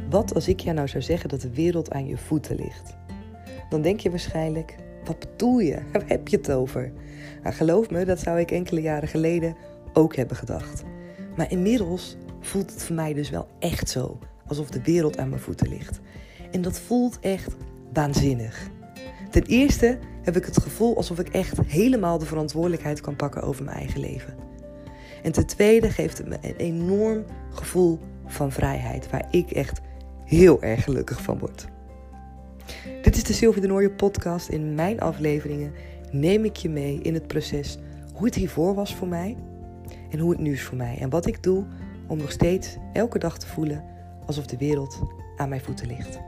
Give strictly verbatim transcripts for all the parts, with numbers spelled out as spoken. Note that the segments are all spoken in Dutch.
Wat als ik jou nou zou zeggen dat de wereld aan je voeten ligt? Dan denk je waarschijnlijk, wat bedoel je? Waar heb je het over? Nou, geloof me, dat zou ik enkele jaren geleden ook hebben gedacht. Maar inmiddels voelt het voor mij dus wel echt zo, alsof de wereld aan mijn voeten ligt. En dat voelt echt waanzinnig. Ten eerste heb ik het gevoel alsof ik echt helemaal de verantwoordelijkheid kan pakken over mijn eigen leven. En ten tweede geeft het me een enorm gevoel van vrijheid, waar ik echt heel erg gelukkig van word. Dit is de Sylvie de Nooijen podcast. In mijn afleveringen neem ik je mee in het proces hoe het hiervoor was voor mij en hoe het nu is voor mij. En wat ik doe om nog steeds elke dag te voelen alsof de wereld aan mijn voeten ligt.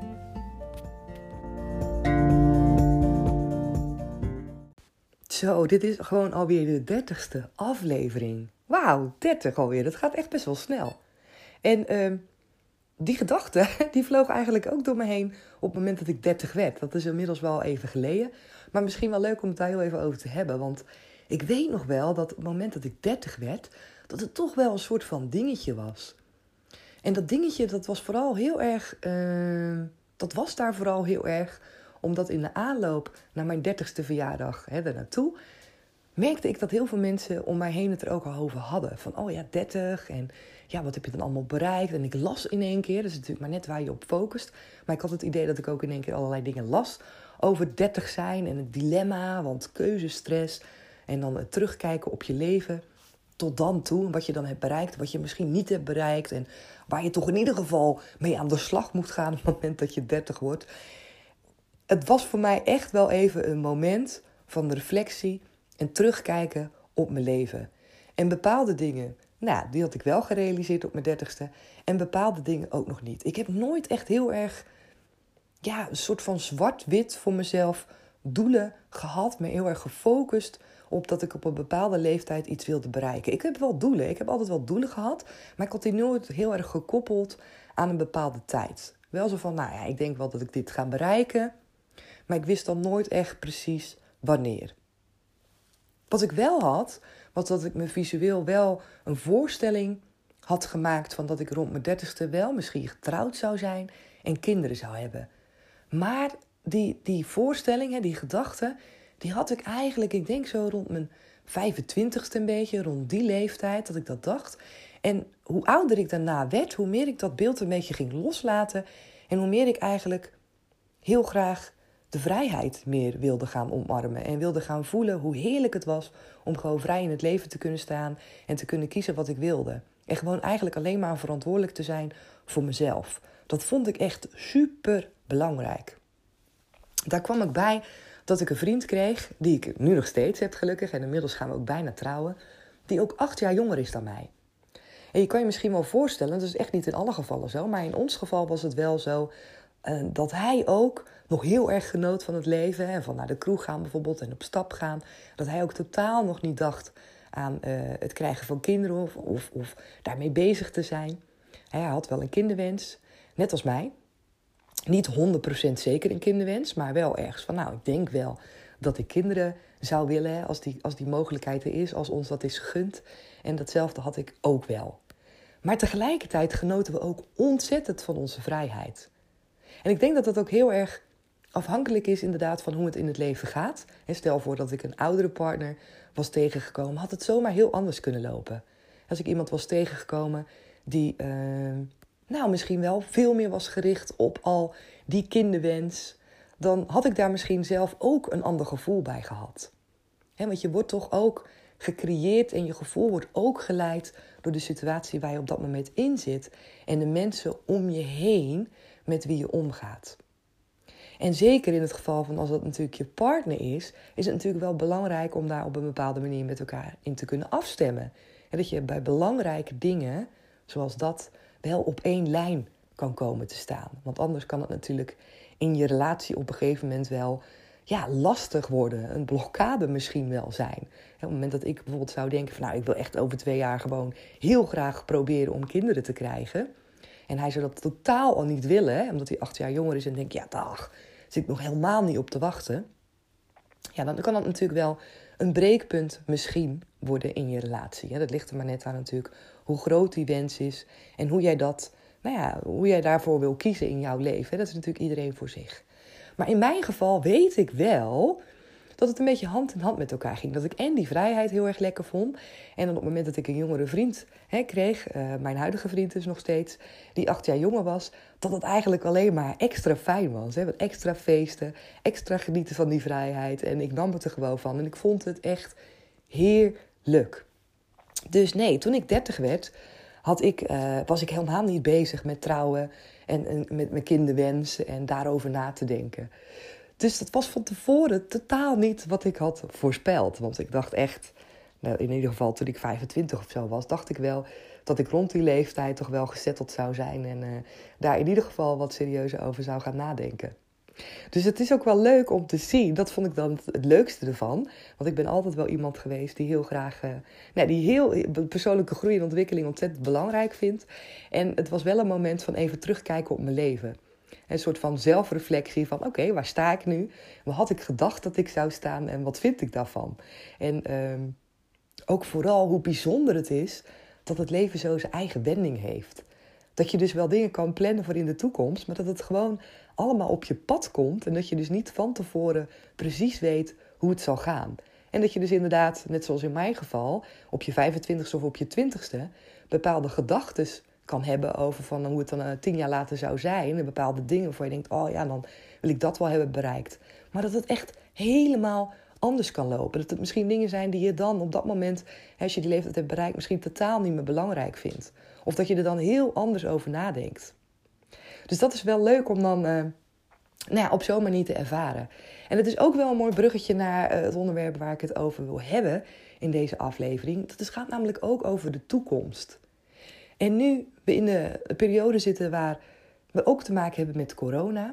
Zo, dit is gewoon alweer de dertigste aflevering. Wauw, dertig alweer. Dat gaat echt best wel snel. En uh, die gedachte, die vloog eigenlijk ook door me heen op het moment dat ik dertig werd. Dat is inmiddels wel even geleden. Maar misschien wel leuk om het daar heel even over te hebben. Want ik weet nog wel dat op het moment dat ik dertig werd, dat het toch wel een soort van dingetje was. En dat dingetje, dat was vooral heel erg, uh, dat was daar vooral heel erg, omdat in de aanloop naar mijn dertigste verjaardag, hè, daar naartoe, merkte ik dat heel veel mensen om mij heen het er ook al over hadden. Van, oh ja, dertig en ja, wat heb je dan allemaal bereikt? En ik las in één keer, dat is natuurlijk maar net waar je op focust. Maar ik had het idee dat ik ook in één keer allerlei dingen las over dertig zijn en het dilemma, want keuzestress en dan het terugkijken op je leven tot dan toe. Wat je dan hebt bereikt, wat je misschien niet hebt bereikt en waar je toch in ieder geval mee aan de slag moet gaan op het moment dat je dertig wordt. Het was voor mij echt wel even een moment van reflectie en terugkijken op mijn leven. En bepaalde dingen, nou, die had ik wel gerealiseerd op mijn dertigste. En bepaalde dingen ook nog niet. Ik heb nooit echt heel erg, ja, een soort van zwart-wit voor mezelf doelen gehad. Me heel erg gefocust op dat ik op een bepaalde leeftijd iets wilde bereiken. Ik heb wel doelen, ik heb altijd wel doelen gehad. Maar ik had die nooit heel erg gekoppeld aan een bepaalde tijd. Wel zo van, nou ja, ik denk wel dat ik dit ga bereiken. Maar ik wist dan nooit echt precies wanneer. Wat ik wel had, was dat ik me visueel wel een voorstelling had gemaakt van dat ik rond mijn dertigste wel misschien getrouwd zou zijn en kinderen zou hebben. Maar die, die voorstelling, die gedachte, die had ik eigenlijk, ik denk zo rond mijn vijfentwintigste een beetje, rond die leeftijd dat ik dat dacht. En hoe ouder ik daarna werd, hoe meer ik dat beeld een beetje ging loslaten en hoe meer ik eigenlijk heel graag de vrijheid meer wilde gaan omarmen. En wilde gaan voelen hoe heerlijk het was om gewoon vrij in het leven te kunnen staan en te kunnen kiezen wat ik wilde. En gewoon eigenlijk alleen maar verantwoordelijk te zijn voor mezelf. Dat vond ik echt super belangrijk. Daar kwam ik bij dat ik een vriend kreeg, die ik nu nog steeds heb gelukkig. En inmiddels gaan we ook bijna trouwen. Die ook acht jaar jonger is dan mij. En je kan je misschien wel voorstellen, dat is echt niet in alle gevallen zo. Maar in ons geval was het wel zo Uh, dat hij ook nog heel erg genoot van het leven. Hè, van naar de kroeg gaan bijvoorbeeld en op stap gaan. Dat hij ook totaal nog niet dacht aan uh, het krijgen van kinderen of, of, of daarmee bezig te zijn. Hij had wel een kinderwens, net als mij. Niet honderd procent zeker een kinderwens, maar wel ergens van, nou, ik denk wel dat ik kinderen zou willen, hè, als, die, als die mogelijkheid er is, als ons dat is gegund. En datzelfde had ik ook wel. Maar tegelijkertijd genoten we ook ontzettend van onze vrijheid. En ik denk dat dat ook heel erg afhankelijk is inderdaad van hoe het in het leven gaat. En stel voor dat ik een oudere partner was tegengekomen, had het zomaar heel anders kunnen lopen. Als ik iemand was tegengekomen die uh, nou misschien wel veel meer was gericht op al die kinderwens, dan had ik daar misschien zelf ook een ander gevoel bij gehad. He, want je wordt toch ook gecreëerd en je gevoel wordt ook geleid door de situatie waar je op dat moment in zit en de mensen om je heen met wie je omgaat. En zeker in het geval van als dat natuurlijk je partner is, is het natuurlijk wel belangrijk om daar op een bepaalde manier met elkaar in te kunnen afstemmen. En dat je bij belangrijke dingen, zoals dat, wel op één lijn kan komen te staan. Want anders kan het natuurlijk in je relatie op een gegeven moment wel ja, lastig worden. Een blokkade misschien wel zijn. Op het moment dat ik bijvoorbeeld zou denken van, nou, ik wil echt over twee jaar gewoon heel graag proberen om kinderen te krijgen. En hij zou dat totaal al niet willen, hè, omdat hij acht jaar jonger is en denkt, ja, dag, zit ik nog helemaal niet op te wachten. Ja, dan kan dat natuurlijk wel een breekpunt misschien worden in je relatie. Hè. Dat ligt er maar net aan natuurlijk hoe groot die wens is en hoe jij dat nou ja, hoe jij daarvoor wil kiezen in jouw leven. Dat is natuurlijk iedereen voor zich. Maar in mijn geval weet ik wel dat het een beetje hand in hand met elkaar ging. Dat ik en die vrijheid heel erg lekker vond. En dan op het moment dat ik een jongere vriend hè, kreeg, uh, mijn huidige vriend is nog steeds, die acht jaar jonger was, dat het eigenlijk alleen maar extra fijn was. Hè? Wat extra feesten, extra genieten van die vrijheid. En ik nam het er gewoon van. En ik vond het echt heerlijk. Dus nee, toen ik dertig werd, had ik, uh, was ik helemaal niet bezig met trouwen en, en met mijn kinderwens en daarover na te denken. Dus dat was van tevoren totaal niet wat ik had voorspeld. Want ik dacht echt, nou in ieder geval toen ik vijfentwintig of zo was, dacht ik wel dat ik rond die leeftijd toch wel gezetteld zou zijn. En uh, daar in ieder geval wat serieuzer over zou gaan nadenken. Dus het is ook wel leuk om te zien. Dat vond ik dan het leukste ervan. Want ik ben altijd wel iemand geweest die heel graag Uh, nou, die heel persoonlijke groei en ontwikkeling ontzettend belangrijk vindt. En het was wel een moment van even terugkijken op mijn leven. Een soort van zelfreflectie van oké, okay, waar sta ik nu? Waar had ik gedacht dat ik zou staan en wat vind ik daarvan? En um, ook vooral hoe bijzonder het is dat het leven zo zijn eigen wending heeft. Dat je dus wel dingen kan plannen voor in de toekomst, maar dat het gewoon allemaal op je pad komt. En dat je dus niet van tevoren precies weet hoe het zal gaan. En dat je dus inderdaad, net zoals in mijn geval, op je vijfentwintigste of op je twintigste bepaalde gedachten kan hebben over van hoe het dan uh, tien jaar later zou zijn. En bepaalde dingen waarvan je denkt, oh ja, dan wil ik dat wel hebben bereikt. Maar dat het echt helemaal anders kan lopen. Dat het misschien dingen zijn die je dan op dat moment, als je die leeftijd hebt bereikt, misschien totaal niet meer belangrijk vindt. Of dat je er dan heel anders over nadenkt. Dus dat is wel leuk om dan uh, nou ja, op zo'n manier te ervaren. En het is ook wel een mooi bruggetje naar uh, het onderwerp waar ik het over wil hebben in deze aflevering. Het gaat namelijk ook over de toekomst. En nu we in de periode zitten waar we ook te maken hebben met corona,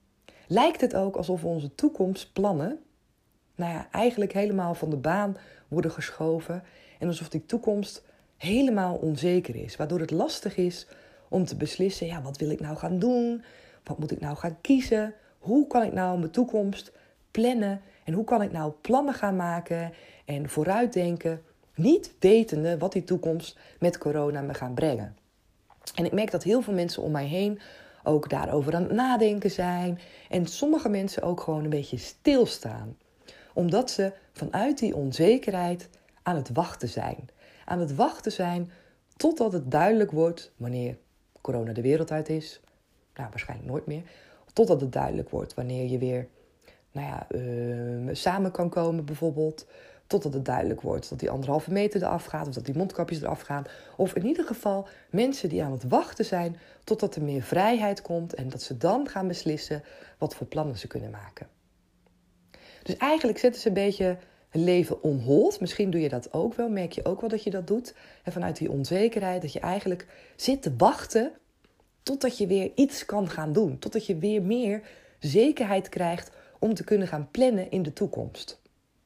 lijkt het ook alsof onze toekomstplannen nou ja, eigenlijk helemaal van de baan worden geschoven. En alsof die toekomst helemaal onzeker is. Waardoor het lastig is om te beslissen, ja, wat wil ik nou gaan doen? Wat moet ik nou gaan kiezen? Hoe kan ik nou mijn toekomst plannen? En hoe kan ik nou plannen gaan maken en vooruitdenken? Niet wetende wat die toekomst met corona me gaat brengen. En ik merk dat heel veel mensen om mij heen ook daarover aan het nadenken zijn. En sommige mensen ook gewoon een beetje stilstaan. Omdat ze vanuit die onzekerheid aan het wachten zijn. Aan het wachten zijn totdat het duidelijk wordt wanneer corona de wereld uit is. Nou, waarschijnlijk nooit meer. Totdat het duidelijk wordt wanneer je weer nou ja, uh, samen kan komen bijvoorbeeld. Totdat het duidelijk wordt dat die anderhalve meter eraf gaat. Of dat die mondkapjes eraf gaan. Of in ieder geval mensen die aan het wachten zijn totdat er meer vrijheid komt. En dat ze dan gaan beslissen wat voor plannen ze kunnen maken. Dus eigenlijk zetten ze een beetje het leven on hold. Misschien doe je dat ook wel. Merk je ook wel dat je dat doet. En vanuit die onzekerheid dat je eigenlijk zit te wachten totdat je weer iets kan gaan doen. Totdat je weer meer zekerheid krijgt om te kunnen gaan plannen in de toekomst.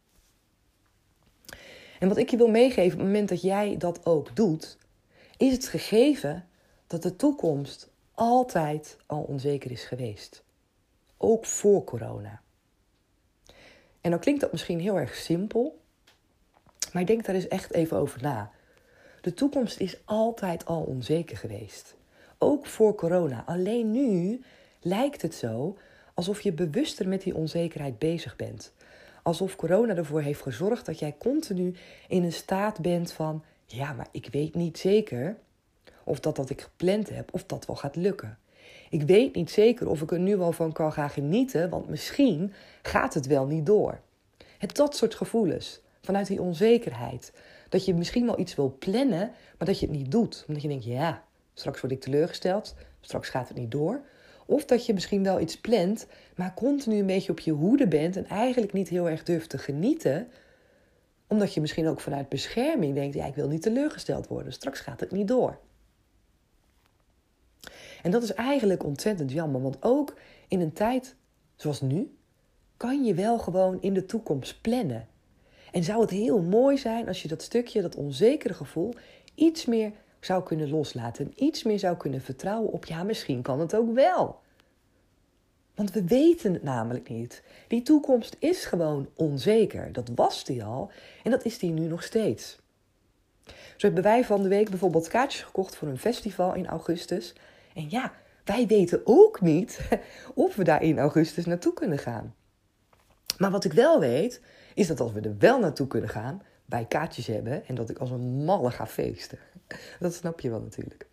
En wat ik je wil meegeven op het moment dat jij dat ook doet, is het gegeven dat de toekomst altijd al onzeker is geweest. Ook voor corona. En dan klinkt dat misschien heel erg simpel, maar ik denk daar eens echt even over na. De toekomst is altijd al onzeker geweest. Ook voor corona. Alleen nu lijkt het zo alsof je bewuster met die onzekerheid bezig bent. Alsof corona ervoor heeft gezorgd dat jij continu in een staat bent van, ja, maar ik weet niet zeker of dat wat ik gepland heb, of dat wel gaat lukken. Ik weet niet zeker of ik er nu wel van kan gaan genieten, want misschien gaat het wel niet door. Het dat soort gevoelens, vanuit die onzekerheid. Dat je misschien wel iets wil plannen, maar dat je het niet doet. Omdat je denkt, ja, straks word ik teleurgesteld, straks gaat het niet door. Of dat je misschien wel iets plant, maar continu een beetje op je hoede bent en eigenlijk niet heel erg durft te genieten. Omdat je misschien ook vanuit bescherming denkt, ja, ik wil niet teleurgesteld worden, straks gaat het niet door. En dat is eigenlijk ontzettend jammer, want ook in een tijd zoals nu kan je wel gewoon in de toekomst plannen. En zou het heel mooi zijn als je dat stukje, dat onzekere gevoel, iets meer zou kunnen loslaten. En iets meer zou kunnen vertrouwen op, ja, misschien kan het ook wel. Want we weten het namelijk niet. Die toekomst is gewoon onzeker. Dat was die al en dat is die nu nog steeds. Zo hebben wij van de week bijvoorbeeld kaartjes gekocht voor een festival in augustus. En ja, wij weten ook niet of we daar in augustus naartoe kunnen gaan. Maar wat ik wel weet, is dat als we er wel naartoe kunnen gaan, wij kaartjes hebben en dat ik als een malle ga feesten. Dat snap je wel natuurlijk.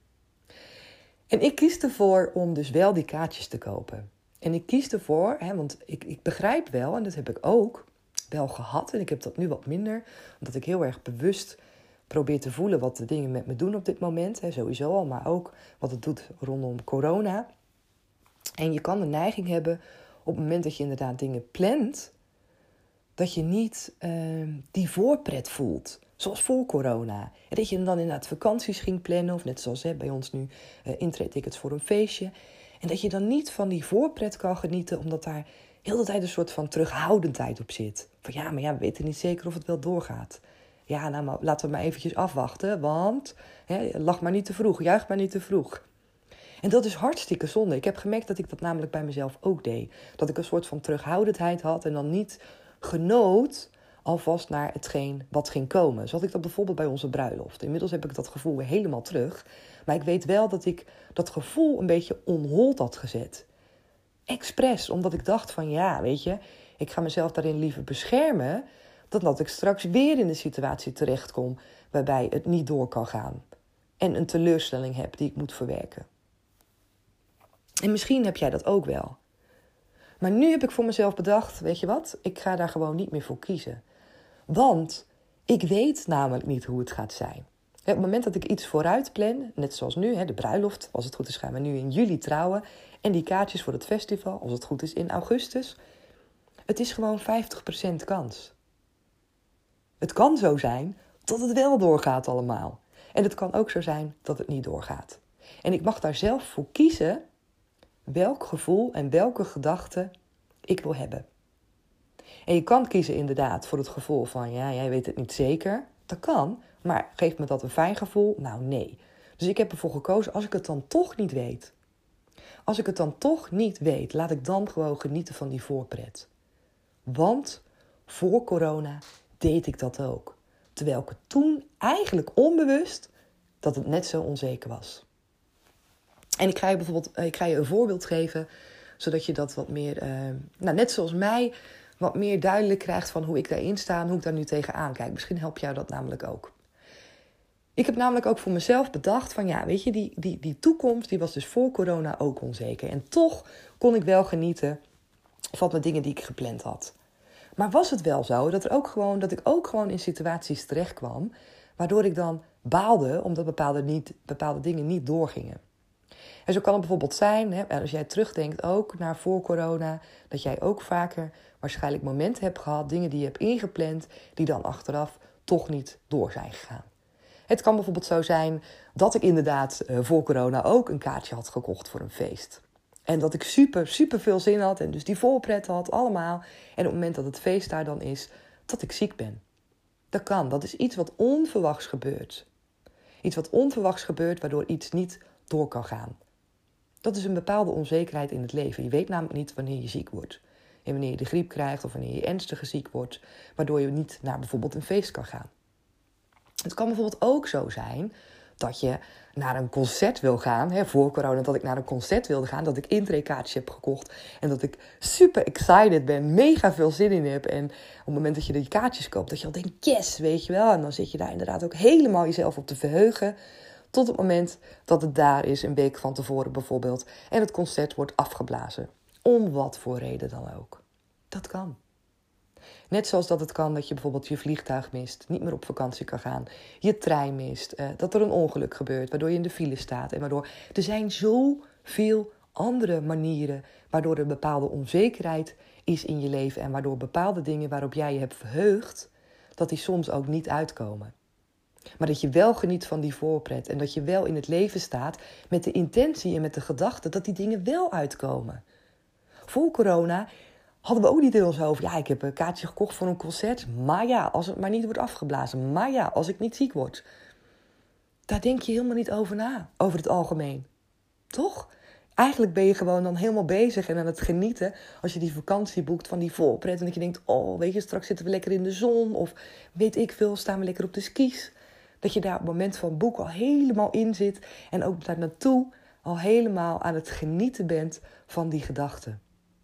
En ik kies ervoor om dus wel die kaartjes te kopen. En ik kies ervoor, hè, want ik, ik begrijp wel, en dat heb ik ook wel gehad. En ik heb dat nu wat minder, omdat ik heel erg bewust probeer te voelen wat de dingen met me doen op dit moment. Hè, sowieso al, maar ook wat het doet rondom corona. En je kan de neiging hebben, op het moment dat je inderdaad dingen plant, dat je niet uh, die voorpret voelt. Zoals voor corona. En dat je dan inderdaad vakanties ging plannen. Of net zoals hè, bij ons nu uh, intree-tickets voor een feestje. En dat je dan niet van die voorpret kan genieten. Omdat daar heel de tijd een soort van terughoudendheid op zit. Van ja, maar ja, we weten niet zeker of het wel doorgaat. Ja, nou maar laten we maar eventjes afwachten. Want hè, lach maar niet te vroeg. Juich maar niet te vroeg. En dat is hartstikke zonde. Ik heb gemerkt dat ik dat namelijk bij mezelf ook deed. Dat ik een soort van terughoudendheid had. En dan niet genoot alvast naar hetgeen wat ging komen. Zo had ik dat bijvoorbeeld bij onze bruiloft. Inmiddels heb ik dat gevoel weer helemaal terug. Maar ik weet wel dat ik dat gevoel een beetje on hold had gezet. Expres, omdat ik dacht van ja, weet je, ik ga mezelf daarin liever beschermen dan dat ik straks weer in de situatie terechtkom waarbij het niet door kan gaan. En een teleurstelling heb die ik moet verwerken. En misschien heb jij dat ook wel. Maar nu heb ik voor mezelf bedacht, weet je wat, ik ga daar gewoon niet meer voor kiezen. Want ik weet namelijk niet hoe het gaat zijn. Op het moment dat ik iets vooruit plan, net zoals nu, de bruiloft, als het goed is gaan we nu in juli trouwen. En die kaartjes voor het festival, als het goed is in augustus. Het is gewoon vijftig procent kans. Het kan zo zijn dat het wel doorgaat allemaal. En het kan ook zo zijn dat het niet doorgaat. En ik mag daar zelf voor kiezen welk gevoel en welke gedachten ik wil hebben. En je kan kiezen inderdaad voor het gevoel van, ja, jij weet het niet zeker. Dat kan, maar geeft me dat een fijn gevoel? Nou, nee. Dus ik heb ervoor gekozen, als ik het dan toch niet weet. Als ik het dan toch niet weet, laat ik dan gewoon genieten van die voorpret. Want voor corona deed ik dat ook. Terwijl ik het toen eigenlijk onbewust dat het net zo onzeker was. En ik ga je bijvoorbeeld ik ga je een voorbeeld geven, zodat je dat wat meer, uh, nou, net zoals mij, wat meer duidelijk krijgt van hoe ik daarin sta en hoe ik daar nu tegenaan kijk. Misschien helpt jou dat namelijk ook. Ik heb namelijk ook voor mezelf bedacht van ja, weet je, die, die, die toekomst die was dus voor corona ook onzeker. En toch kon ik wel genieten van de dingen die ik gepland had. Maar was het wel zo dat, er ook gewoon, dat ik ook gewoon in situaties terecht kwam, waardoor ik dan baalde omdat bepaalde, niet, bepaalde dingen niet doorgingen. En zo kan het bijvoorbeeld zijn, hè, als jij terugdenkt ook naar voor corona, dat jij ook vaker waarschijnlijk momenten hebt gehad, dingen die je hebt ingepland, die dan achteraf toch niet door zijn gegaan. Het kan bijvoorbeeld zo zijn dat ik inderdaad uh, voor corona ook een kaartje had gekocht voor een feest. En dat ik super, super veel zin had en dus die voorpret had, allemaal. En op het moment dat het feest daar dan is, dat ik ziek ben. Dat kan, dat is iets wat onverwachts gebeurt. Iets wat onverwachts gebeurt, waardoor iets niet door kan gaan. Dat is een bepaalde onzekerheid in het leven. Je weet namelijk niet wanneer je ziek wordt. En wanneer je de griep krijgt of wanneer je ernstig ziek wordt, waardoor je niet naar bijvoorbeeld een feest kan gaan. Het kan bijvoorbeeld ook zo zijn dat je naar een concert wil gaan. Hè, voor corona dat ik naar een concert wilde gaan, dat ik intreekaartjes heb gekocht. En dat ik super excited ben, mega veel zin in heb. En op het moment dat je die kaartjes koopt, dat je al denkt, yes, weet je wel. En dan zit je daar inderdaad ook helemaal jezelf op te verheugen. Tot het moment dat het daar is, een week van tevoren bijvoorbeeld. En het concert wordt afgeblazen. Om wat voor reden dan ook. Dat kan. Net zoals dat het kan dat je bijvoorbeeld je vliegtuig mist, niet meer op vakantie kan gaan, je trein mist, eh, dat er een ongeluk gebeurt, waardoor je in de file staat. En waardoor er zijn zoveel andere manieren waardoor er een bepaalde onzekerheid is in je leven en waardoor bepaalde dingen waarop jij je hebt verheugd, dat die soms ook niet uitkomen. Maar dat je wel geniet van die voorpret en dat je wel in het leven staat met de intentie en met de gedachte dat die dingen wel uitkomen. Voor corona hadden we ook niet in ons hoofd, ja, ik heb een kaartje gekocht voor een concert, maar ja, als het maar niet wordt afgeblazen, maar ja, als ik niet ziek word. Daar denk je helemaal niet over na, over het algemeen. Toch? Eigenlijk ben je gewoon dan helemaal bezig en aan het genieten als je die vakantie boekt van die voorpret en dat je denkt, oh, weet je, straks zitten we lekker in de zon of weet ik veel, staan we lekker op de skis. Dat je daar op het moment van boeken al helemaal in zit en ook daar naartoe al helemaal aan het genieten bent van die gedachten.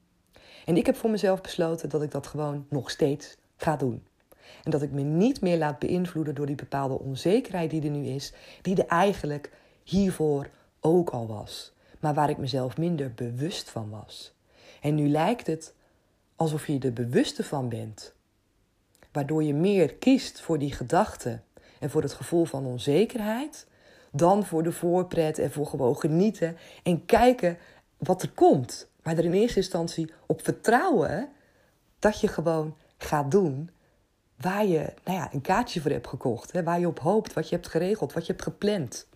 En ik heb voor mezelf besloten dat ik dat gewoon nog steeds ga doen. En dat ik me niet meer laat beïnvloeden door die bepaalde onzekerheid die er nu is, die er eigenlijk hiervoor ook al was, maar waar ik mezelf minder bewust van was. En nu lijkt het alsof je er bewuster van bent, waardoor je meer kiest voor die gedachten en voor het gevoel van onzekerheid, dan voor de voorpret en voor gewoon genieten en kijken wat er komt. Maar er in eerste instantie op vertrouwen dat je gewoon gaat doen waar je nou ja, een kaartje voor hebt gekocht. Hè, waar je op hoopt, wat je hebt geregeld, wat je hebt gepland.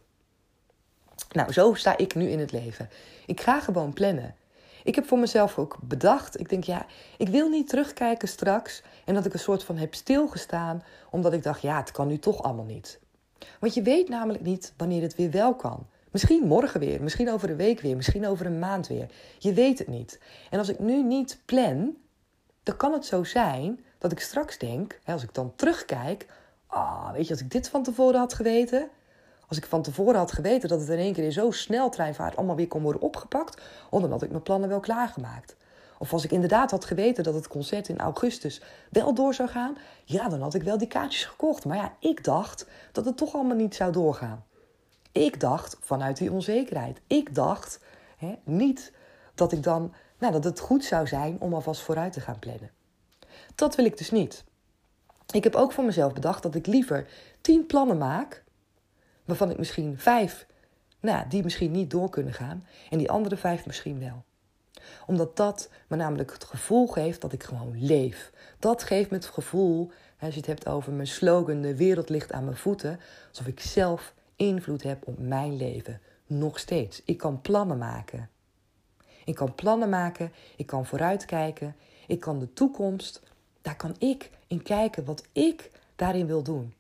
Nou, zo sta ik nu in het leven. Ik ga gewoon plannen. Ik heb voor mezelf ook bedacht, ik denk ja, ik wil niet terugkijken straks en dat ik een soort van heb stilgestaan, omdat ik dacht, ja, het kan nu toch allemaal niet. Want je weet namelijk niet wanneer het weer wel kan. Misschien morgen weer, misschien over een week weer, misschien over een maand weer. Je weet het niet. En als ik nu niet plan, dan kan het zo zijn dat ik straks denk, als ik dan terugkijk, ah, weet je, als ik dit van tevoren had geweten, als ik van tevoren had geweten dat het in één keer in zo'n sneltreinvaart allemaal weer kon worden opgepakt, oh, dan had ik mijn plannen wel klaargemaakt. Of als ik inderdaad had geweten dat het concert in augustus wel door zou gaan, ja, dan had ik wel die kaartjes gekocht. Maar ja, ik dacht dat het toch allemaal niet zou doorgaan. Ik dacht vanuit die onzekerheid. Ik dacht hè, niet dat ik dan, nou, dat het goed zou zijn om alvast vooruit te gaan plannen. Dat wil ik dus niet. Ik heb ook voor mezelf bedacht dat ik liever tien plannen maak, waarvan ik misschien vijf, nou, die misschien niet door kunnen gaan, en die andere vijf misschien wel. Omdat dat me namelijk het gevoel geeft dat ik gewoon leef. Dat geeft me het gevoel, als je het hebt over mijn slogan, de wereld ligt aan mijn voeten, alsof ik zelf invloed heb op mijn leven. Nog steeds. Ik kan plannen maken. Ik kan plannen maken, ik kan vooruitkijken, ik kan de toekomst, daar kan ik in kijken wat ik daarin wil doen.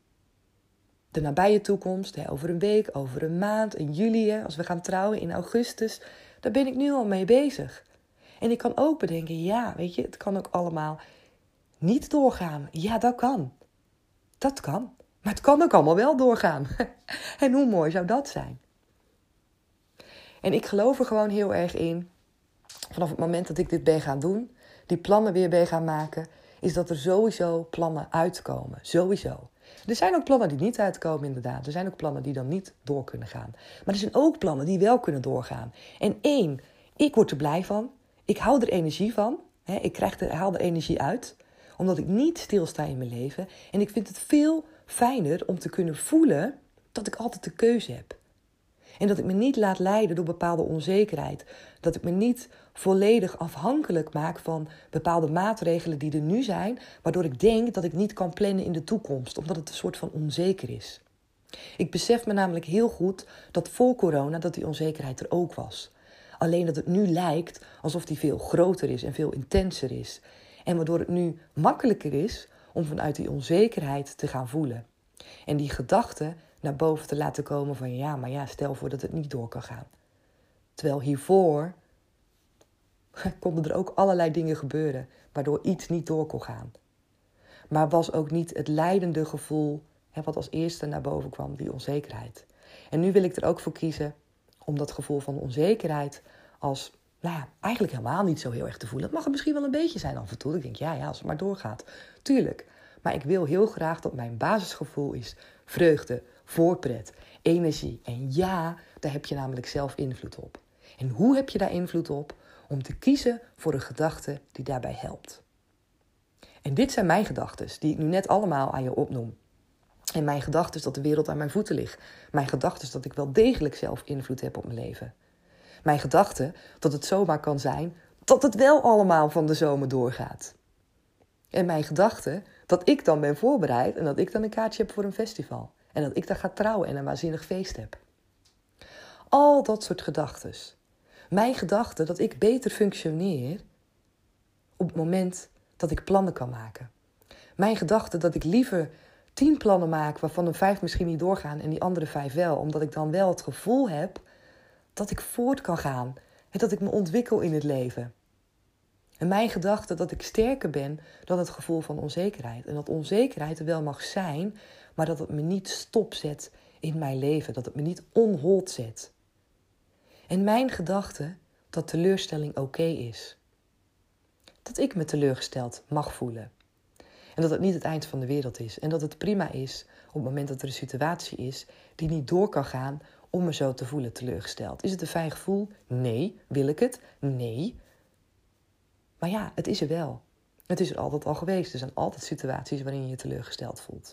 De nabije toekomst, hè, over een week, over een maand, in juli, hè, als we gaan trouwen in augustus, daar ben ik nu al mee bezig. En ik kan ook bedenken, ja, weet je, het kan ook allemaal niet doorgaan. Ja, dat kan. Dat kan. Maar het kan ook allemaal wel doorgaan. En hoe mooi zou dat zijn? En ik geloof er gewoon heel erg in, vanaf het moment dat ik dit ben gaan doen, die plannen weer ben gaan maken, is dat er sowieso plannen uitkomen. Sowieso. Er zijn ook plannen die niet uitkomen, inderdaad. Er zijn ook plannen die dan niet door kunnen gaan. Maar er zijn ook plannen die wel kunnen doorgaan. En één, ik word er blij van. Ik hou er energie van. Hè, ik krijg er, haal er energie uit. Omdat ik niet stilsta in mijn leven. En ik vind het veel fijner om te kunnen voelen dat ik altijd de keuze heb. En dat ik me niet laat leiden door bepaalde onzekerheid. Dat ik me niet volledig afhankelijk maak van bepaalde maatregelen die er nu zijn, waardoor ik denk dat ik niet kan plannen in de toekomst, omdat het een soort van onzeker is. Ik besef me namelijk heel goed dat voor corona dat die onzekerheid er ook was. Alleen dat het nu lijkt alsof die veel groter is en veel intenser is. En waardoor het nu makkelijker is om vanuit die onzekerheid te gaan voelen. En die gedachten naar boven te laten komen van ja, maar ja, stel voor dat het niet door kan gaan. Terwijl hiervoor konden er ook allerlei dingen gebeuren waardoor iets niet door kon gaan. Maar was ook niet het leidende gevoel hè, wat als eerste naar boven kwam, die onzekerheid. En nu wil ik er ook voor kiezen om dat gevoel van onzekerheid als, nou ja, eigenlijk helemaal niet zo heel erg te voelen. Het mag er misschien wel een beetje zijn af en toe. Ik denk, ja, ja, als het maar doorgaat. Tuurlijk. Maar ik wil heel graag dat mijn basisgevoel is vreugde, voorpret, energie. En ja, daar heb je namelijk zelf invloed op. En hoe heb je daar invloed op? Om te kiezen voor een gedachte die daarbij helpt. En dit zijn mijn gedachten, die ik nu net allemaal aan je opnoem. En mijn gedachte is dat de wereld aan mijn voeten ligt. Mijn gedachte is dat ik wel degelijk zelf invloed heb op mijn leven. Mijn gedachte dat het zomaar kan zijn dat het wel allemaal van de zomer doorgaat. En mijn gedachte dat ik dan ben voorbereid en dat ik dan een kaartje heb voor een festival. En dat ik dan ga trouwen en een waanzinnig feest heb. Al dat soort gedachten. Mijn gedachte dat ik beter functioneer op het moment dat ik plannen kan maken. Mijn gedachte dat ik liever tien plannen maak waarvan een vijf misschien niet doorgaan en die andere vijf wel. Omdat ik dan wel het gevoel heb dat ik voort kan gaan. En dat ik me ontwikkel in het leven. En mijn gedachte dat ik sterker ben dan het gevoel van onzekerheid. En dat onzekerheid er wel mag zijn, maar dat het me niet stopzet in mijn leven. Dat het me niet on hold zet. En mijn gedachte dat teleurstelling oké is. Dat ik me teleurgesteld mag voelen. En dat het niet het eind van de wereld is. En dat het prima is op het moment dat er een situatie is die niet door kan gaan om me zo te voelen teleurgesteld. Is het een fijn gevoel? Nee. Wil ik het? Nee. Maar ja, het is er wel. Het is er altijd al geweest. Er zijn altijd situaties waarin je je teleurgesteld voelt.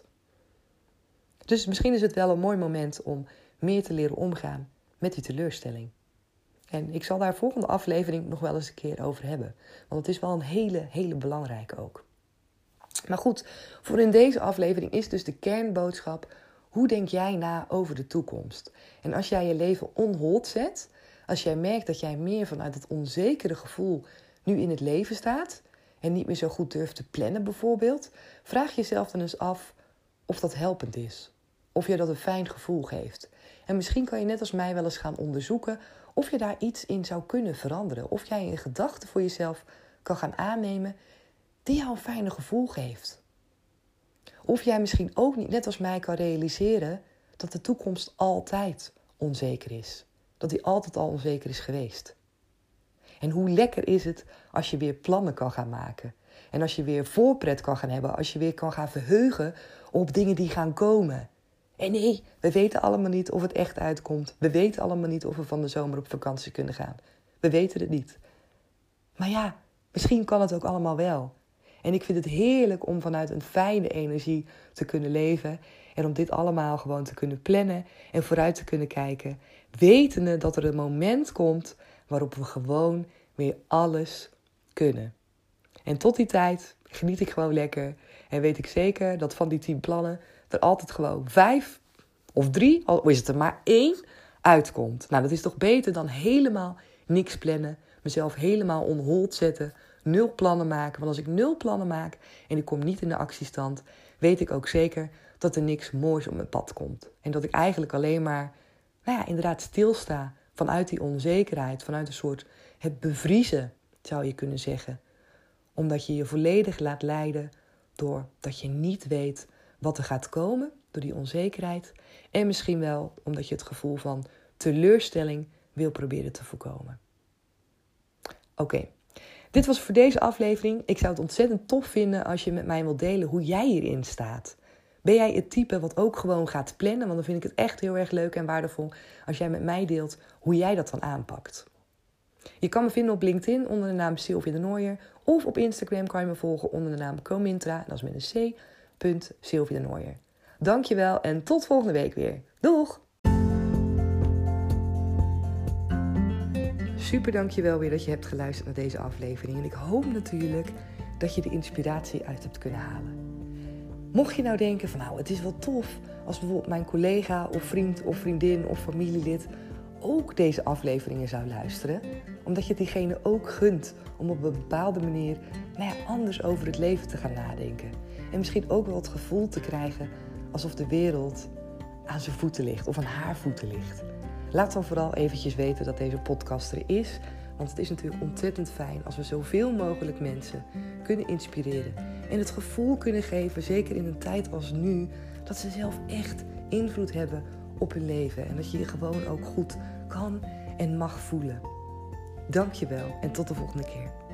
Dus misschien is het wel een mooi moment om meer te leren omgaan met die teleurstelling. En ik zal daar volgende aflevering nog wel eens een keer over hebben. Want het is wel een hele, hele belangrijke ook. Maar goed, voor in deze aflevering is dus de kernboodschap: hoe denk jij na over de toekomst? En als jij je leven on hold zet, als jij merkt dat jij meer vanuit het onzekere gevoel nu in het leven staat en niet meer zo goed durft te plannen bijvoorbeeld, vraag jezelf dan eens af of dat helpend is. Of je dat een fijn gevoel geeft. En misschien kan je net als mij wel eens gaan onderzoeken of je daar iets in zou kunnen veranderen. Of jij een gedachte voor jezelf kan gaan aannemen die jou een fijne gevoel geeft. Of jij misschien ook niet net als mij kan realiseren dat de toekomst altijd onzeker is. Dat die altijd al onzeker is geweest. En hoe lekker is het als je weer plannen kan gaan maken. En als je weer voorpret kan gaan hebben. Als je weer kan gaan verheugen op dingen die gaan komen. En nee, we weten allemaal niet of het echt uitkomt. We weten allemaal niet of we van de zomer op vakantie kunnen gaan. We weten het niet. Maar ja, misschien kan het ook allemaal wel. En ik vind het heerlijk om vanuit een fijne energie te kunnen leven. En om dit allemaal gewoon te kunnen plannen en vooruit te kunnen kijken. Wetende dat er een moment komt waarop we gewoon weer alles kunnen. En tot die tijd geniet ik gewoon lekker. En weet ik zeker dat van die tien plannen er altijd gewoon vijf of drie, al is het er maar één, uitkomt. Nou, dat is toch beter dan helemaal niks plannen. Mezelf helemaal on hold zetten. Nul plannen maken. Want als ik nul plannen maak en ik kom niet in de actiestand, weet ik ook zeker dat er niks moois op mijn pad komt. En dat ik eigenlijk alleen maar, nou ja, inderdaad stilsta vanuit die onzekerheid. Vanuit een soort het bevriezen, zou je kunnen zeggen. Omdat je je volledig laat leiden doordat je niet weet wat er gaat komen, door die onzekerheid. En misschien wel omdat je het gevoel van teleurstelling wil proberen te voorkomen. Oké, okay. Dit was voor deze aflevering. Ik zou het ontzettend tof vinden als je met mij wilt delen hoe jij hierin staat. Ben jij het type wat ook gewoon gaat plannen? Want dan vind ik het echt heel erg leuk en waardevol als jij met mij deelt hoe jij dat dan aanpakt. Je kan me vinden op LinkedIn onder de naam Sylvia de Nooijer. Of op Instagram kan je me volgen onder de naam Comintra. Dat is met een C. Sylvia de Nooijer. Dankjewel en tot volgende week weer. Doeg! Super dankjewel weer dat je hebt geluisterd naar deze aflevering. En ik hoop natuurlijk dat je de inspiratie uit hebt kunnen halen. Mocht je nou denken van nou, het is wel tof als bijvoorbeeld mijn collega of vriend of vriendin of familielid ook deze afleveringen zou luisteren. Omdat je het diegene ook gunt om op een bepaalde manier nou ja, anders over het leven te gaan nadenken. En misschien ook wel het gevoel te krijgen alsof de wereld aan zijn voeten ligt of aan haar voeten ligt. Laat dan vooral eventjes weten dat deze podcast er is. Want het is natuurlijk ontzettend fijn als we zoveel mogelijk mensen kunnen inspireren. En het gevoel kunnen geven, zeker in een tijd als nu, dat ze zelf echt invloed hebben op hun leven. En dat je je gewoon ook goed kan en mag voelen. Dank je wel en tot de volgende keer.